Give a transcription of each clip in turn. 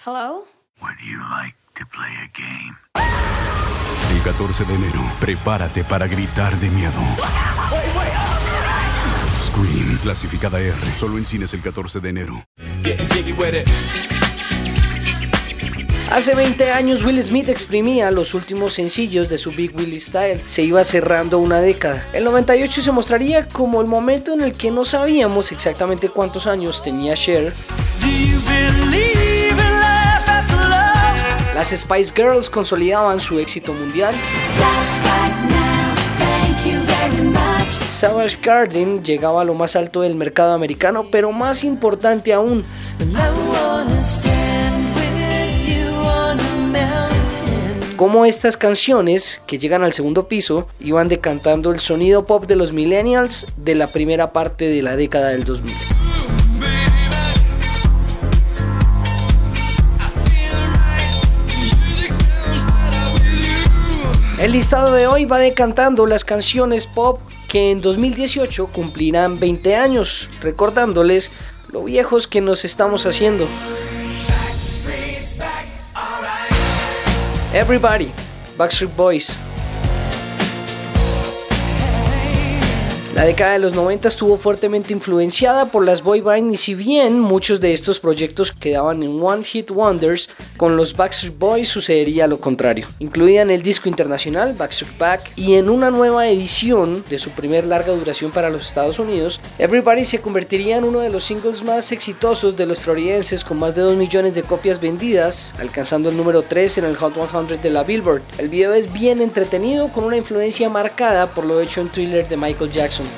Hello? Would you like to play a game? El 14 de enero, prepárate para gritar de miedo. Scream, clasificada R, solo en cines el 14 de enero. Hace 20 años Will Smith exprimía los últimos sencillos de su Big Willie Style. Se iba cerrando una década. El 98 se mostraría como el momento en el que no sabíamos exactamente cuántos años tenía Cher. Las Spice Girls consolidaban su éxito mundial. Savage Garden llegaba a lo más alto del mercado americano, pero más importante aún, cómo estas canciones que llegan al segundo piso iban decantando el sonido pop de los millennials de la primera parte de la década del 2000. El listado de hoy va decantando las canciones pop que en 2018 cumplirán 20 años, recordándoles lo viejos que nos estamos haciendo. Everybody, Backstreet Boys. La década de los 90 estuvo fuertemente influenciada por las boy band y si bien muchos de estos proyectos quedaban en One Hit Wonders, con los Backstreet Boys sucedería lo contrario. Incluida en el disco internacional Backstreet Back y en una nueva edición de su primer larga duración para los Estados Unidos, Everybody se convertiría en uno de los singles más exitosos de los floridenses con más de 2 millones de copias vendidas, alcanzando el número 3 en el Hot 100 de la Billboard. El video es bien entretenido con una influencia marcada por lo hecho en Thriller de Michael Jackson.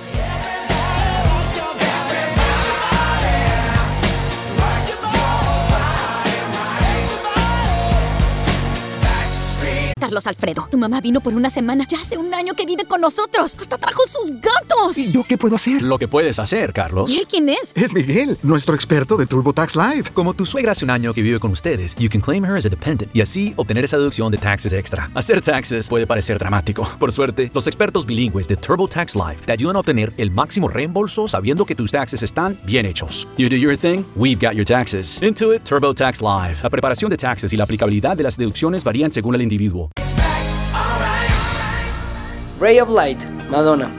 Carlos Alfredo, tu mamá vino por una semana. Ya hace un año que vive con nosotros. Hasta trajo sus gatos. ¿Y yo qué puedo hacer? Lo que puedes hacer, Carlos. ¿Y él quién es? Es Miguel, nuestro experto de TurboTax Live. Como tu suegra hace un año que vive con ustedes, you can claim her as a dependent y así obtener esa deducción de taxes extra. Hacer taxes puede parecer dramático. Por suerte, los expertos bilingües de TurboTax Live te ayudan a obtener el máximo reembolso sabiendo que tus taxes están bien hechos. You do your thing, we've got your taxes. Intuit TurboTax Live. La preparación de taxes y la aplicabilidad de las deducciones varían según el individuo. Ray of Light, Madonna.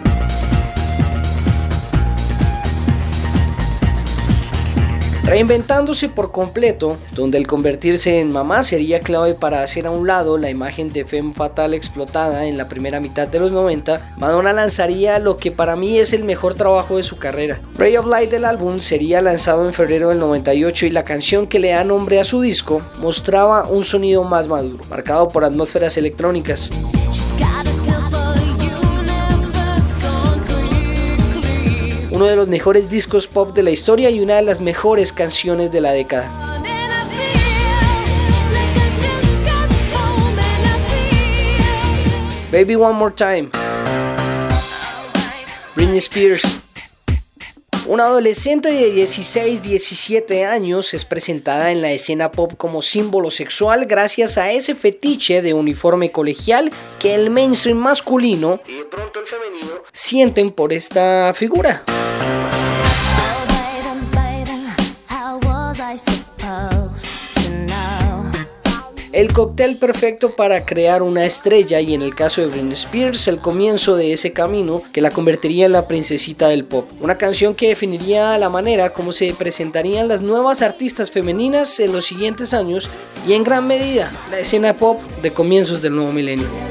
Reinventándose por completo, donde el convertirse en mamá sería clave para hacer a un lado la imagen de femme fatale explotada en la primera mitad de los 90, Madonna lanzaría lo que para mí es el mejor trabajo de su carrera. Ray of Light del álbum sería lanzado en febrero del 98 y la canción que le da nombre a su disco mostraba un sonido más maduro, marcado por atmósferas electrónicas. Uno de los mejores discos pop de la historia y una de las mejores canciones de la década. Baby One More Time, Britney Spears. Una adolescente de 16-17 años es presentada en la escena pop como símbolo sexual gracias a ese fetiche de uniforme colegial que el mainstream masculino y de pronto el femenino sienten por esta figura. El cóctel perfecto para crear una estrella y en el caso de Britney Spears el comienzo de ese camino que la convertiría en la princesita del pop. Una canción que definiría la manera como se presentarían las nuevas artistas femeninas en los siguientes años y en gran medida la escena pop de comienzos del nuevo milenio.